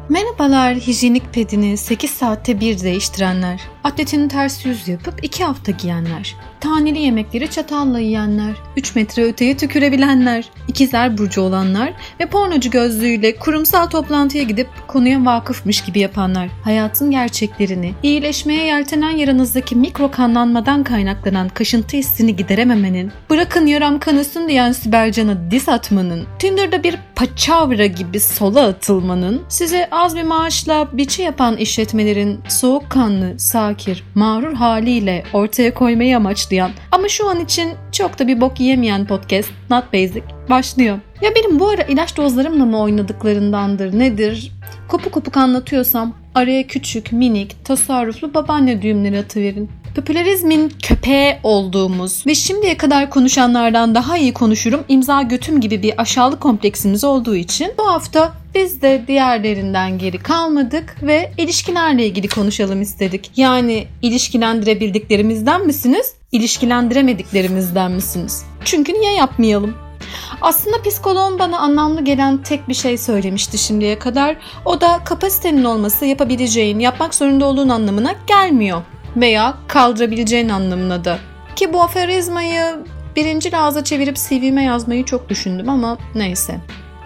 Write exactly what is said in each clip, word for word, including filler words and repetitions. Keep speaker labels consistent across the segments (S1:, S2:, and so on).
S1: Merhabalar hijyenik pedini sekiz saatte bir değiştirenler, atletini ters yüz yapıp iki hafta giyenler, taneli yemekleri çatalla yiyenler, üç metre öteye tükürebilenler, ikizler burcu olanlar ve pornocu gözlüğüyle kurumsal toplantıya gidip konuya vakıfmış gibi yapanlar, hayatın gerçeklerini, iyileşmeye yeltenen yaranızdaki mikro kanlanmadan kaynaklanan kaşıntı hissini giderememenin, bırakın yaram kanasın diyen Sibelcan'a diss atmanın, Tinder'da bir paçavra gibi sola atılmanın, size az bir maaşla biçi yapan işletmelerin soğukkanlı, sakir, mağrur haliyle ortaya koymayı amaçlayan ama şu an için çok da bir bok yiyemeyen podcast Not Basic başlıyor. Ya benim bu ara ilaç dozlarımla mı oynadıklarındandır nedir? Kopuk kopuk anlatıyorsam araya küçük, minik, tasarruflu babaanne düğümleri atıverin. Popülerizmin köpeği olduğumuz ve şimdiye kadar konuşanlardan daha iyi konuşurum imza götüm gibi bir aşağılık kompleksimiz olduğu için bu hafta biz de diğerlerinden geri kalmadık ve ilişkilerle ilgili konuşalım istedik. Yani ilişkilendirebildiklerimizden misiniz, ilişkilendiremediklerimizden misiniz? Çünkü niye yapmayalım? Aslında psikoloğum bana anlamlı gelen tek bir şey söylemişti şimdiye kadar. O da kapasitenin olması yapabileceğin, yapmak zorunda olduğun anlamına gelmiyor. Veya kaldırabileceğin anlamına da. Ki bu aforizmayı birinci ağza çevirip C V'me yazmayı çok düşündüm ama neyse.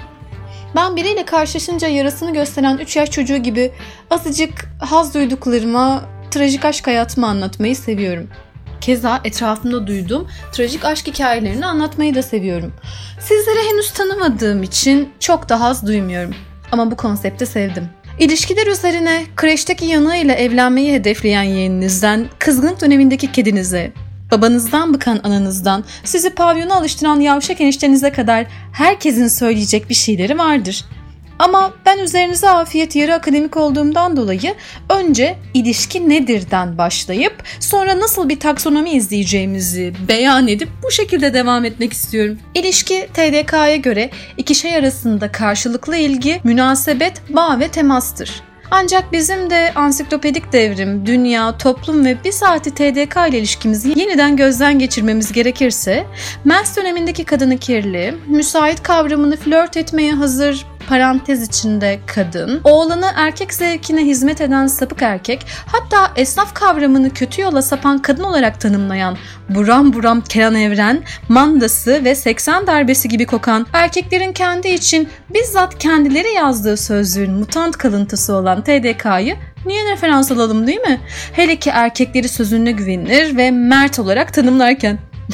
S1: Ben biriyle karşılaşınca yarasını gösteren üç yaş çocuğu gibi azıcık haz duyduklarıma, trajik aşk hayatımı anlatmayı seviyorum. Keza etrafımda duyduğum trajik aşk hikayelerini anlatmayı da seviyorum. Sizleri henüz tanımadığım için çok da haz duymuyorum. Ama bu konsepti sevdim. İlişkiler üzerine kreşteki yanığıyla evlenmeyi hedefleyen yeğeninizden, kızgınlık dönemindeki kedinize, babanızdan bıkan ananızdan, sizi pavyona alıştıran yavşak eniştenize kadar herkesin söyleyecek bir şeyleri vardır. Ama ben üzerinize afiyet yarı akademik olduğumdan dolayı önce ilişki nedirden başlayıp sonra nasıl bir taksonomi izleyeceğimizi beyan edip bu şekilde devam etmek istiyorum. İlişki T D K'ya göre iki şey arasında karşılıklı ilgi, münasebet, bağ ve temastır. Ancak bizim de ansiklopedik devrim, dünya, toplum ve bir saati T D K ile ilişkimizi yeniden gözden geçirmemiz gerekirse, mens dönemindeki kadını kirli, müsait kavramını flört etmeye hazır, parantez içinde kadın, oğlanı erkek zevkine hizmet eden sapık erkek, hatta esnaf kavramını kötü yola sapan kadın olarak tanımlayan buram buram Kenan Evren, mandası ve seksen darbesi gibi kokan, erkeklerin kendi için bizzat kendileri yazdığı sözlüğün mutant kalıntısı olan T D K'yı niye referans alalım değil mi? Hele ki erkekleri sözüne güvenilir ve mert olarak tanımlarken.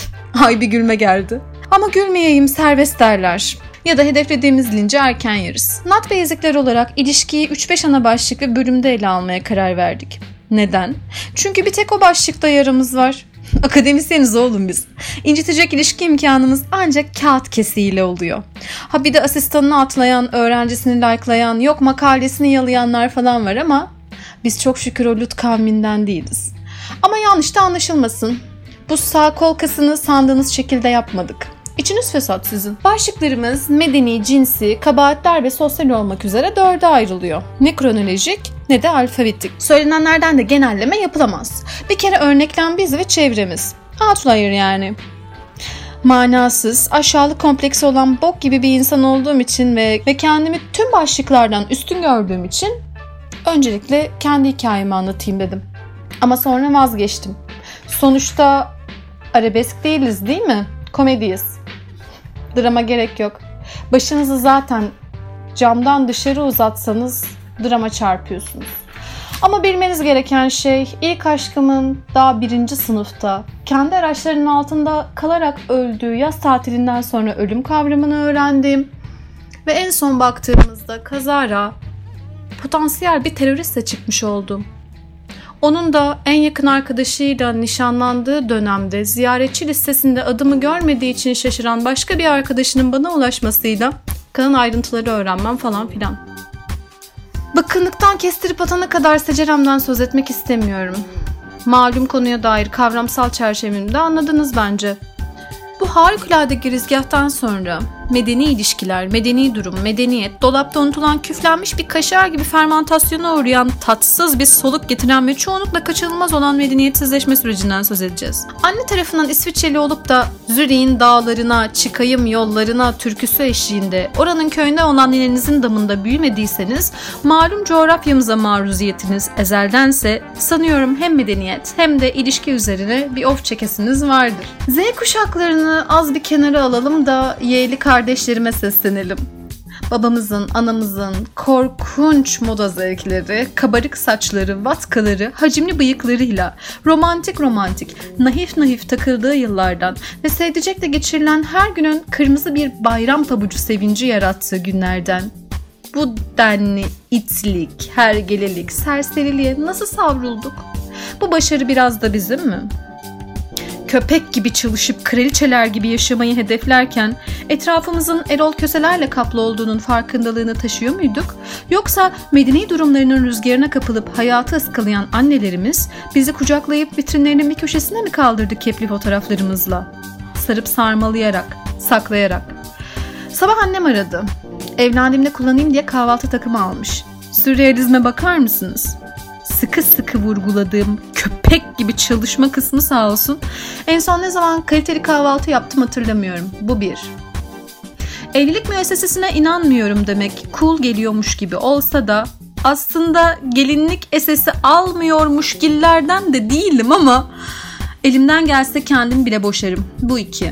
S1: Ay bir gülme geldi. Ama gülmeyeyim serbest derler. Ya da hedeflediğimiz linci erken yeriz. Not Basic'ler olarak ilişkiyi üç beş ana başlık ve bölümde ele almaya karar verdik. Neden? Çünkü bir tek o başlıkta yaramız var. Akademisyeniz oğlum biz. İncitecek ilişki imkanımız ancak kağıt kesiğiyle oluyor. Ha bir de asistanını atlayan, öğrencisini like'layan, yok makalesini yalayanlar falan var ama biz çok şükür o Lut kavminden değiliz. Ama yanlış da anlaşılmasın. Bu sağ kol kasını sandığınız şekilde yapmadık. İçiniz fesat sizin. Başlıklarımız medeni, cinsi, kabahatler ve sosyal olmak üzere dörde ayrılıyor. Ne kronolojik ne de alfabetik. Söylenenlerden de genelleme yapılamaz. Bir kere örneklem biz ve çevremiz. Outlier yani. Manasız, aşağılık kompleksi olan bok gibi bir insan olduğum için ve, ve kendimi tüm başlıklardan üstün gördüğüm için öncelikle kendi hikayemi anlatayım dedim. Ama sonra vazgeçtim. Sonuçta arabesk değiliz değil mi? Komediyiz. Drama gerek yok. Başınızı zaten camdan dışarı uzatsanız drama çarpıyorsunuz. Ama bilmeniz gereken şey ilk aşkımın daha birinci sınıfta kendi araçlarının altında kalarak öldüğü yaz tatilinden sonra ölüm kavramını öğrendim. Ve en son baktığımızda kazara potansiyel bir teröristle çıkmış oldum. Onun da en yakın arkadaşıyla nişanlandığı dönemde ziyaretçi listesinde adımı görmediği için şaşıran başka bir arkadaşının bana ulaşmasıyla kalan ayrıntıları öğrenmem falan filan. Bıkkınlıktan kestirip atana kadar seceremden söz etmek istemiyorum. Malum konuya dair kavramsal çerçevemde anladınız bence. Bu harikulade girizgahtan sonra medeni ilişkiler, medeni durum, medeniyet, dolapta unutulan küflenmiş bir kaşar gibi fermentasyona uğrayan, tatsız bir soluk getiren ve çoğunlukla kaçınılmaz olan medeniyetsizleşme sürecinden söz edeceğiz. Anne tarafından İsviçreli olup da Zürich'in dağlarına, çıkayım yollarına türküsü eşliğinde, oranın köyünde olan ninenizin damında büyümediyseniz, malum coğrafyamıza maruziyetiniz ezeldense sanıyorum hem medeniyet hem de ilişki üzerine bir of çekesiniz vardır. Z kuşaklarını az bir kenara alalım da yeğli kardeşlerime seslenelim. Babamızın, anamızın korkunç moda zevkleri, kabarık saçları, vatkaları, hacimli bıyıklarıyla romantik romantik, naif naif takıldığı yıllardan ve sevdicekle geçirilen her günün kırmızı bir bayram pabucu sevinci yarattığı günlerden bu denli itlik, hergelelik, serseriliğe nasıl savrulduk? Bu başarı biraz da bizim mi? Köpek gibi çalışıp kraliçeler gibi yaşamayı hedeflerken etrafımızın Erol Köselerle kaplı olduğunun farkındalığını taşıyor muyduk? Yoksa medeni durumlarının rüzgarına kapılıp hayatı ıskalayan annelerimiz bizi kucaklayıp vitrinlerinin bir köşesine mi kaldırdı kepli fotoğraflarımızla? Sarıp sarmalayarak, saklayarak. Sabah annem aradı. Evlendiğimde kullanayım diye kahvaltı takımı almış. Sürrealizme bakar mısınız? Sıkı sıkı vurguladığım köpek gibi çalışma kısmı sağ olsun. En son ne zaman kaliteli kahvaltı yaptım hatırlamıyorum. Bu bir. Evlilik müessesesine inanmıyorum demek cool geliyormuş gibi olsa da aslında gelinlik esesi almıyormuş gillerden de değilim ama elimden gelse kendim bile boşarım. Bu iki.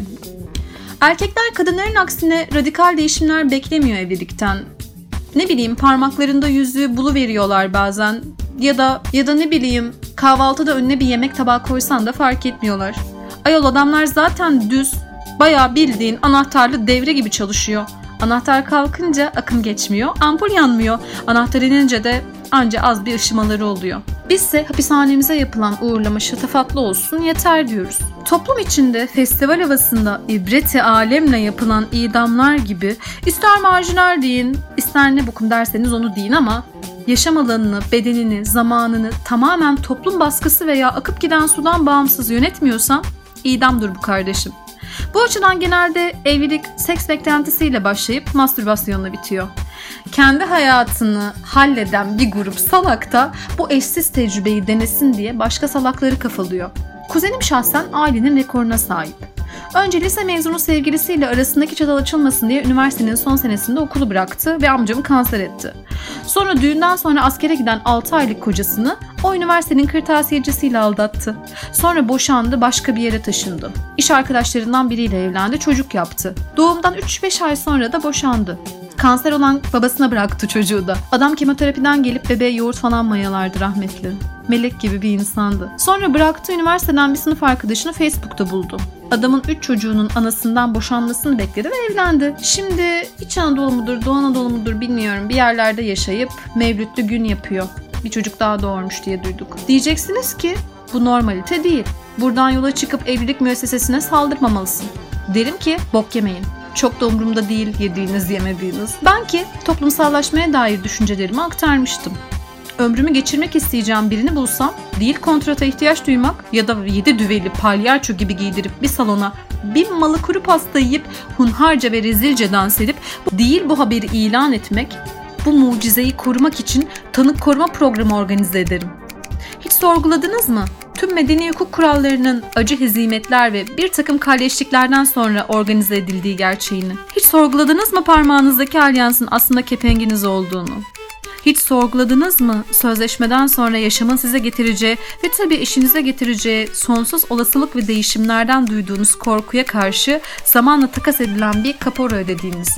S1: Erkekler kadınların aksine radikal değişimler beklemiyor evlilikten. Ne bileyim parmaklarında yüzüğü buluveriyorlar bazen. Ya da ya da ne bileyim kahvaltıda önüne bir yemek tabağı koysan da fark etmiyorlar. Ayol adamlar zaten düz, bayağı bildiğin anahtarlı devre gibi çalışıyor. Anahtar kalkınca akım geçmiyor, ampul yanmıyor. Anahtar inince de anca az bir ışımaları oluyor. Bizse hapishanemize yapılan uğurlama şatafatlı olsun yeter diyoruz. Toplum içinde festival havasında ibreti alemle yapılan idamlar gibi ister marjinal deyin, ister ne bokum derseniz onu deyin ama yaşam alanını, bedenini, zamanını tamamen toplum baskısı veya akıp giden sudan bağımsız yönetmiyorsan idamdır bu kardeşim. Bu açıdan genelde evlilik seks beklentisiyle başlayıp mastürbasyonla bitiyor. Kendi hayatını halleden bir grup salak da bu eşsiz tecrübeyi denesin diye başka salakları kafalıyor. Kuzenim şahsen ailenin rekoruna sahip. Önce lise mezunu sevgilisiyle arasındaki çatal açılmasın diye üniversitenin son senesinde okulu bıraktı ve amcamı kanser etti. Sonra düğünden sonra askere giden altı aylık kocasını o üniversitenin kırtasiyecisiyle aldattı. Sonra boşandı, başka bir yere taşındı. İş arkadaşlarından biriyle evlendi, çocuk yaptı. Doğumdan üç beş ay sonra da boşandı. Kanser olan babasına bıraktı çocuğu da. Adam kemoterapiden gelip bebeğe yoğurt falan mayalardı rahmetli. Melek gibi bir insandı. Sonra bıraktığı üniversiteden bir sınıf arkadaşını Facebook'ta buldu. Adamın üç çocuğunun anasından boşanmasını bekledi ve evlendi. Şimdi İç Anadolu mudur, Doğu Anadolu mudur bilmiyorum. Bir yerlerde yaşayıp mevlütlü gün yapıyor. Bir çocuk daha doğurmuş diye duyduk. Diyeceksiniz ki bu normalite değil. Buradan yola çıkıp evlilik müessesesine saldırmamalısın. Derim ki bok yemeyin. Çok da umurumda değil yediğiniz yemediğiniz. Ben ki toplumsallaşmaya dair düşüncelerimi aktarmıştım. Ömrümü geçirmek isteyeceğim birini bulsam, değil kontrata ihtiyaç duymak ya da yedi düveli palyaço gibi giydirip bir salona bir malı kuru pasta yiyip hunharca ve rezilce dans edip değil bu haberi ilan etmek, bu mucizeyi korumak için tanık koruma programı organize ederim. Hiç sorguladınız mı? Tüm medeni hukuk kurallarının acı hezimetler ve bir takım kalleşliklerden sonra organize edildiği gerçeğini. Hiç sorguladınız mı parmağınızdaki alyansın aslında kepenginiz olduğunu? Hiç sorguladınız mı sözleşmeden sonra yaşamın size getireceği ve tabii işinize getireceği sonsuz olasılık ve değişimlerden duyduğunuz korkuya karşı zamanla takas edilen bir kapora ödediğinizi?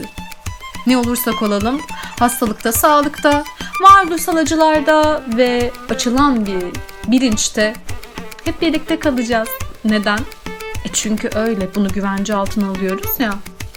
S1: Ne olursak olalım, hastalıkta, sağlıkta, varoluşsal acılarda ve açılan bir bilinçte hep birlikte kalacağız. Neden? E çünkü öyle, bunu güvence altına alıyoruz ya.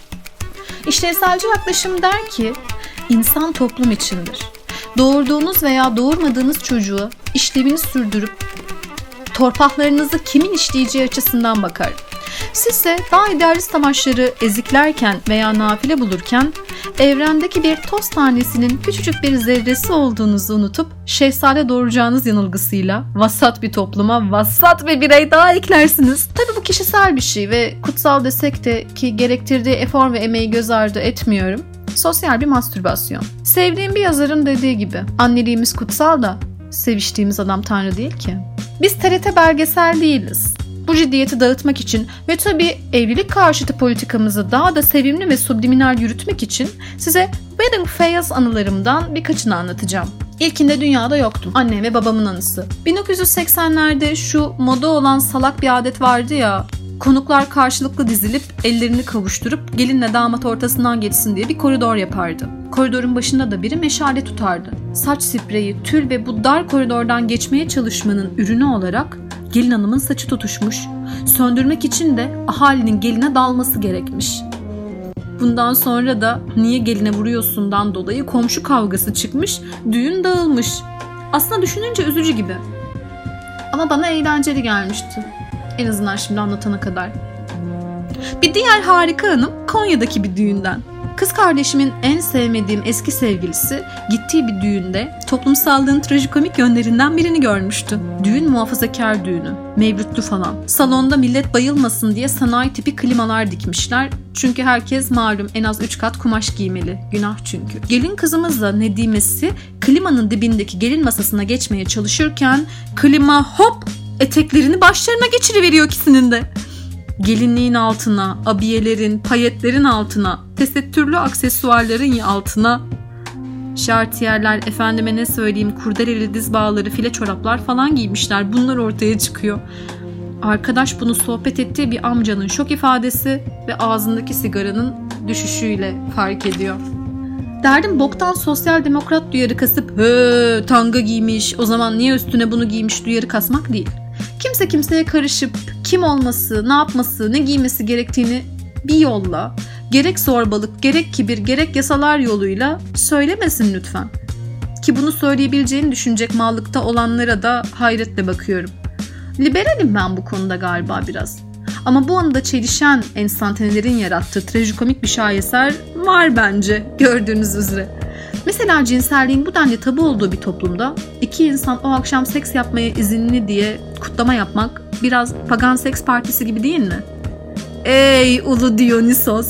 S1: İşlevselci yaklaşım der ki, insan toplum içindir. Doğurduğunuz veya doğurmadığınız çocuğu işlevini sürdürüp torpaklarınızı kimin işleyeceği açısından bakar. Sizse daha idealist amaçları eziklerken veya nafile bulurken evrendeki bir toz tanesinin küçücük bir zerresi olduğunuzu unutup şehzade doğuracağınız yanılgısıyla vasat bir topluma vasat bir birey daha eklersiniz. Tabii bu kişisel bir şey ve kutsal desek de ki gerektirdiği efor ve emeği göz ardı etmiyorum. Sosyal bir mastürbasyon. Sevdiğim bir yazarın dediği gibi anneliğimiz kutsal da seviştiğimiz adam tanrı değil ki. Biz T R T belgesel değiliz. Bu ciddiyeti dağıtmak için ve tabii evlilik karşıtı politikamızı daha da sevimli ve subliminal yürütmek için size wedding phase anılarımdan birkaçını anlatacağım. İlkinde dünyada yoktum. Annem ve babamın anısı. bin dokuz yüz seksenlerde şu moda olan salak bir adet vardı ya. Konuklar karşılıklı dizilip ellerini kavuşturup gelinle damat ortasından geçsin diye bir koridor yapardı. Koridorun başında da biri meşale tutardı. Saç spreyi, tül ve bu dar koridordan geçmeye çalışmanın ürünü olarak gelin hanımın saçı tutuşmuş. Söndürmek için de ahalinin geline dalması gerekmiş. Bundan sonra da niye geline vuruyorsundan dolayı komşu kavgası çıkmış, düğün dağılmış. Aslında düşününce üzücü gibi. Ama bana eğlenceli gelmişti. En azından şimdi anlatana kadar. Bir diğer harika anım Konya'daki bir düğünden. Kız kardeşimin en sevmediğim eski sevgilisi gittiği bir düğünde toplumsallığın trajikomik yönlerinden birini görmüştü. Düğün muhafazakar düğünü, mevlütlü falan. Salonda millet bayılmasın diye sanayi tipi klimalar dikmişler. Çünkü herkes malum en az üç kat kumaş giymeli. Günah çünkü. Gelin kızımızla Nedimesi klimanın dibindeki gelin masasına geçmeye çalışırken klima hop eteklerini başlarına geçiriveriyor ikisinin de. Gelinliğin altına, abiyelerin, payetlerin altına, tesettürlü aksesuarların altına, şartiyerler, efendime ne söyleyeyim, kurdeleli diz bağları, file çoraplar falan giymişler. Bunlar ortaya çıkıyor. Arkadaş bunu sohbet ettiği bir amcanın şok ifadesi ve ağzındaki sigaranın düşüşüyle fark ediyor. Derdim boktan sosyal demokrat duyarı kasıp "Hı, tanga giymiş, o zaman niye üstüne bunu giymiş" duyarı kasmak değil. Kimse kimseye karışıp kim olması, ne yapması, ne giymesi gerektiğini bir yolla, gerek zorbalık, gerek kibir, gerek yasalar yoluyla söylemesin lütfen. Ki bunu söyleyebileceğini düşünecek mallıkta olanlara da hayretle bakıyorum. Liberalim ben bu konuda galiba biraz. Ama bu anda çelişen enstantanelerin yarattığı trajikomik bir şaheser var bence gördüğünüz üzere. Mesela cinselliğin bu denli tabu olduğu bir toplumda iki insan o akşam seks yapmaya izinli diye kutlama yapmak biraz pagan seks partisi gibi değil mi? Ey ulu Dionysos!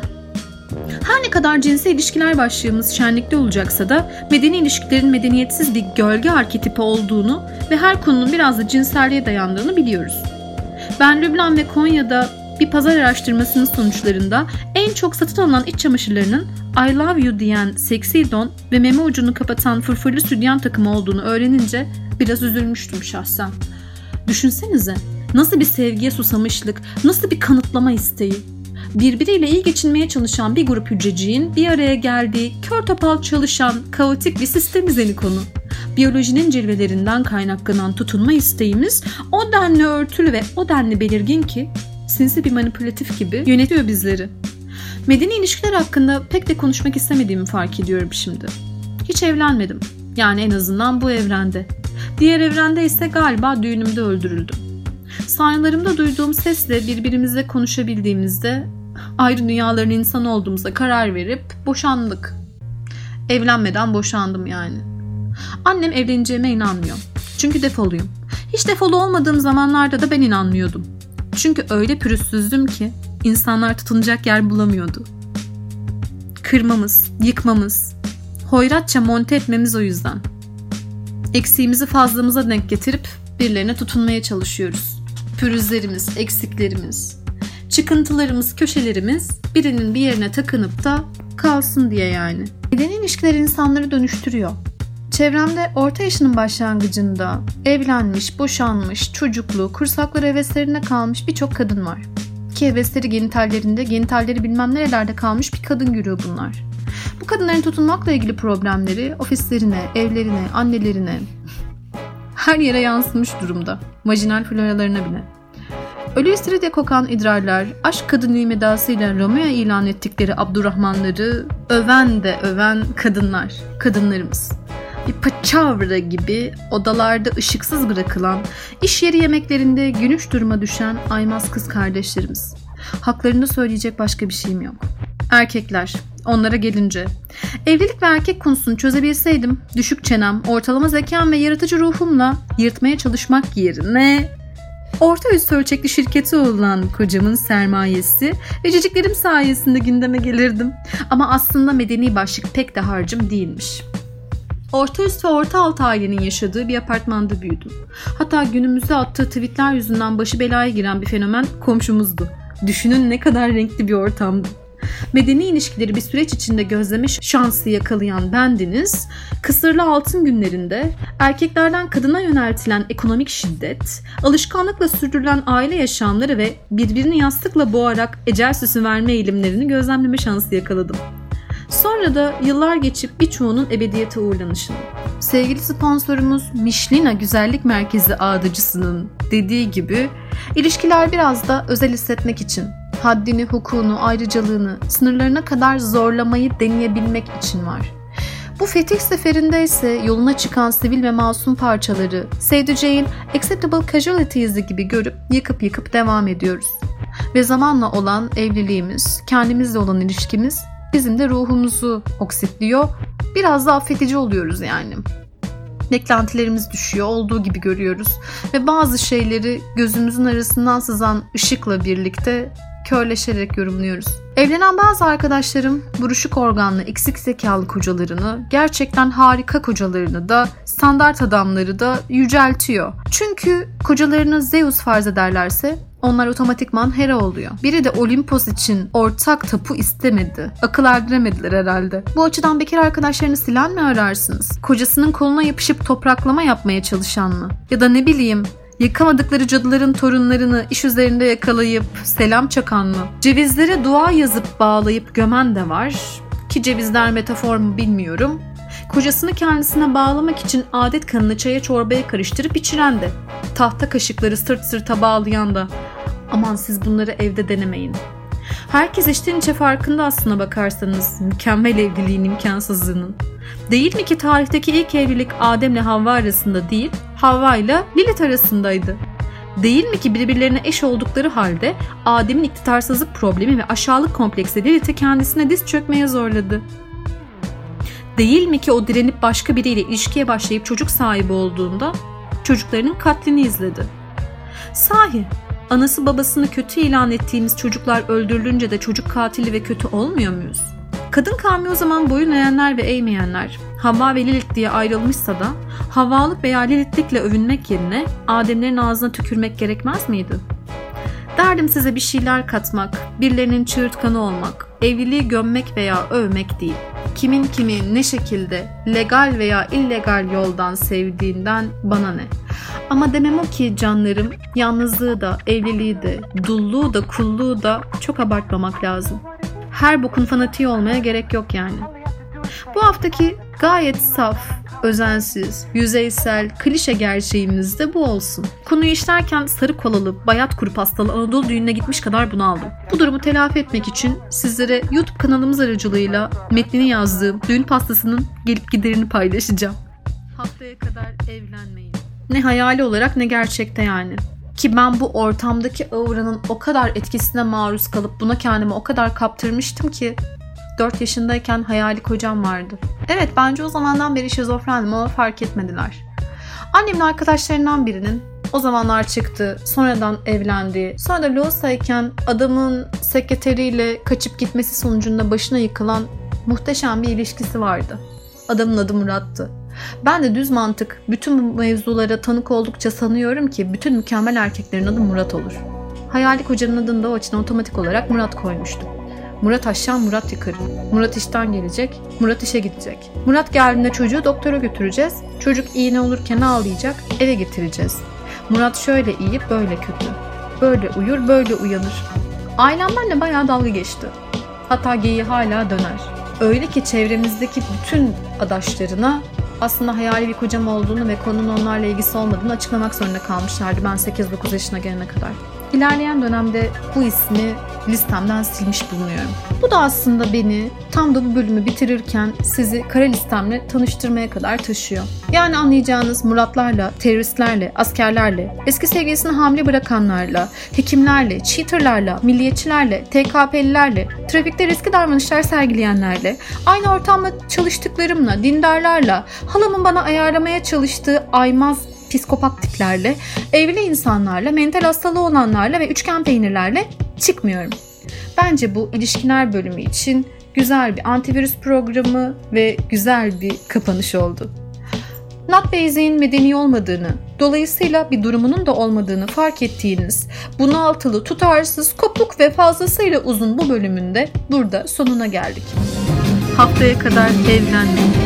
S1: Her ne kadar cinsel ilişkiler başlığımız şenlikli olacaksa da medeni ilişkilerin medeniyetsiz bir gölge arketipi olduğunu ve her konunun biraz da cinselliğe dayandığını biliyoruz. Ben Lübnan ve Konya'da bir pazar araştırmasının sonuçlarında en çok satın alınan iç çamaşırlarının I love you diyen seksi don ve meme ucunu kapatan fırfırlı sütyen takımı olduğunu öğrenince biraz üzülmüştüm şahsen. Düşünsenize, nasıl bir sevgiye susamışlık, nasıl bir kanıtlama isteği. Birbiriyle iyi geçinmeye çalışan bir grup hücreciğin bir araya geldiği, kör topal çalışan, kaotik bir sistemizeni konu. Biyolojinin cilvelerinden kaynaklanan tutunma isteğimiz o denli örtülü ve o denli belirgin ki sinsi bir manipülatif gibi yönetiyor bizleri. Medeni ilişkiler hakkında pek de konuşmak istemediğimi fark ediyorum şimdi. Hiç evlenmedim. Yani en azından bu evrende. Diğer evrende ise galiba düğünümde öldürüldüm. Sahnelerımda duyduğum sesle birbirimizle konuşabildiğimizde ayrı dünyaların insanı olduğumuza karar verip boşandık. Evlenmeden boşandım yani. Annem evleneceğime inanmıyor. Çünkü defoluyum. Hiç defolu olmadığım zamanlarda da ben inanmıyordum. Çünkü öyle pürüzsüzdüm ki insanlar tutunacak yer bulamıyordu. Kırmamız, yıkmamız, hoyratça monte etmemiz o yüzden. Eksiğimizi fazlamıza denk getirip birilerine tutunmaya çalışıyoruz. Pürüzlerimiz, eksiklerimiz, çıkıntılarımız, köşelerimiz birinin bir yerine takınıp da kalsın diye yani. Medeni ilişkiler insanları dönüştürüyor. Çevremde orta yaşının başlangıcında evlenmiş, boşanmış, çocuklu, kursakları heveslerine kalmış birçok kadın var. Ki hevesleri genitallerinde, genitalleri bilmem nerelerde kalmış bir kadın güruhu bunlar. Bu kadınların tutunmakla ilgili problemleri ofislerine, evlerine, annelerine, her yere yansımış durumda. Vajinal floralarına bile. Ölü istiridye kokan idrarlar, aşk kadınlığı medasıyla Romeo ilan ettikleri Abdurrahmanları öven de öven kadınlar, kadınlarımız. Bir paçavra gibi odalarda ışıksız bırakılan, iş yeri yemeklerinde gülünç duruma düşen aymaz kız kardeşlerimiz. Haklarında söyleyecek başka bir şeyim yok. Erkekler, onlara gelince. Evlilik ve erkek konusunu çözebilseydim, düşük çenem, ortalama zekam ve yaratıcı ruhumla yırtmaya çalışmak yerine orta üst ölçekli şirketi olan kocamın sermayesi ve ciciklerim sayesinde gündeme gelirdim. Ama aslında medeni başlık pek de harcım değilmiş. Orta üst ve orta alt ailenin yaşadığı bir apartmanda büyüdüm. Hatta günümüzde attığı tweetler yüzünden başı belaya giren bir fenomen komşumuzdu. Düşünün ne kadar renkli bir ortamdı. Medeni ilişkileri bir süreç içinde gözleme şansı yakalayan bendiniz, kısırlı altın günlerinde erkeklerden kadına yöneltilen ekonomik şiddet, alışkanlıkla sürdürülen aile yaşamları ve birbirini yastıkla boğarak ecel süsü verme eğilimlerini gözlemleme şansı yakaladım. Sonra da yıllar geçip birçoğunun ebediyete uğurlanışını. Sevgili sponsorumuz Michelin Güzellik Merkezi ağdacısının dediği gibi, ilişkiler biraz da özel hissetmek için, haddini, hukukunu, ayrıcalığını, sınırlarına kadar zorlamayı deneyebilmek için var. Bu fetih seferinde ise yoluna çıkan sivil ve masum parçaları sevdiceğin acceptable casualties'i gibi görüp yıkıp yıkıp devam ediyoruz. Ve zamanla olan evliliğimiz, kendimizle olan ilişkimiz bizim de ruhumuzu oksitliyor. Biraz da affedici oluyoruz yani. Beklentilerimiz düşüyor, olduğu gibi görüyoruz. Ve bazı şeyleri gözümüzün arasından sızan ışıkla birlikte körleşerek yorumluyoruz. Evlenen bazı arkadaşlarım buruşuk organlı, eksik zekalı kocalarını, gerçekten harika kocalarını da, standart adamları da yüceltiyor. Çünkü kocalarını Zeus farz ederlerse onlar otomatikman Hera oluyor. Biri de Olimpos için ortak tapu istemedi. Akıl erdiremediler herhalde. Bu açıdan bekar arkadaşlarını silen mi ararsınız? Kocasının koluna yapışıp topraklama yapmaya çalışan mı? Ya da ne bileyim, yıkamadıkları cadıların torunlarını iş üzerinde yakalayıp selam çakan mı? Cevizlere dua yazıp bağlayıp gömen de var. Ki cevizler metafor mu bilmiyorum. Kocasını kendisine bağlamak için adet kanını çaya çorbaya karıştırıp içiren de. Tahta kaşıkları sırt sırta bağlayan da. Aman siz bunları evde denemeyin. Herkes içten içe farkında aslına bakarsanız mükemmel evliliğin imkansızlığının. Değil mi ki tarihteki ilk evlilik Adem'le Havva arasında değil, Havva ile Lilith arasındaydı. Değil mi ki birbirlerine eş oldukları halde Adem'in iktidarsızlık problemi ve aşağılık kompleksi Lilith'i kendisine diz çökmeye zorladı. Değil mi ki o direnip başka biriyle ilişkiye başlayıp çocuk sahibi olduğunda çocuklarının katlini izledi. Sahi, anası babasını kötü ilan ettiğimiz çocuklar öldürülünce de çocuk katili ve kötü olmuyor muyuz? Kadın kavmi o zaman boyun eğenler ve eğmeyenler, Havva ve Lilith diye ayrılmışsa da Havvalık veya Lilithlikle övünmek yerine Ademlerin ağzına tükürmek gerekmez miydi? Derdim size bir şeyler katmak, birilerinin çığırtkanı olmak, evliliği gömmek veya övmek değil. Kimin kimi ne şekilde legal veya illegal yoldan sevdiğinden bana ne? Ama demem o ki canlarım, yalnızlığı da, evliliği de, dulluğu da, kulluğu da çok abartmamak lazım. Her bokun fanatiği olmaya gerek yok yani. Bu haftaki gayet saf, özensiz, yüzeysel, klişe gerçeğimiz de bu olsun. Konuyu işlerken sarı kolalı, bayat kuru pastalı Anadolu düğününe gitmiş kadar bunaldım. Bu durumu telafi etmek için sizlere YouTube kanalımız aracılığıyla metnini yazdığım düğün pastasının gelip giderini paylaşacağım. Haftaya kadar evlenmeyin. Ne hayali olarak ne gerçekte yani. Ki ben bu ortamdaki auranın o kadar etkisine maruz kalıp buna kendimi o kadar kaptırmıştım ki dört yaşındayken hayali kocam vardı. Evet, bence o zamandan beri şizofrendim ama fark etmediler. Annemin arkadaşlarından birinin o zamanlar çıktı, sonradan evlendi. Sonra da Losa'yken adamın sekreteriyle kaçıp gitmesi sonucunda başına yıkılan muhteşem bir ilişkisi vardı. Adamın adı Murat'tı. Ben de düz mantık bütün bu mevzulara tanık oldukça sanıyorum ki bütün mükemmel erkeklerin adı Murat olur. Hayali kocamın adını da o için otomatik olarak Murat koymuştum. Murat aşağı, Murat yukarı. Murat işten gelecek, Murat işe gidecek. Murat geldiğinde çocuğu doktora götüreceğiz. Çocuk iğne olurken ağlayacak, eve getireceğiz. Murat şöyle iyi, böyle kötü. Böyle uyur, böyle uyanır. Ailem benimle bayağı dalga geçti. Hatta geyiği hala döner. Öyle ki çevremizdeki bütün adaşlarına aslında hayali bir kocam olduğunu ve konunun onlarla ilgisi olmadığını açıklamak zorunda kalmışlardı ben sekiz dokuz yaşına gelene kadar. İlerleyen dönemde bu ismi listemden silmiş bulunuyorum. Bu da aslında beni tam da bu bölümü bitirirken sizi kara listemle tanıştırmaya kadar taşıyor. Yani anlayacağınız Muratlarla, teröristlerle, askerlerle, eski sevgilisini hamile bırakanlarla, hekimlerle, cheaterlarla, milliyetçilerle, T K P'lilerle, trafikte riskli davranışlar sergileyenlerle, aynı ortamda çalıştıklarımla, dindarlarla, halamın bana ayarlamaya çalıştığı aymaz psikopat tiplerle, evli insanlarla, mental hastalığı olanlarla ve üçgen peynirlerle çıkmıyorum. Bence bu ilişkiler bölümü için güzel bir antivirüs programı ve güzel bir kapanış oldu. Not Basic'in medeni olmadığını, dolayısıyla bir durumunun da olmadığını fark ettiğiniz, bunaltılı, tutarsız, kopuk ve fazlasıyla uzun bu bölümünde burada sonuna geldik. Haftaya kadar evlenmeyin.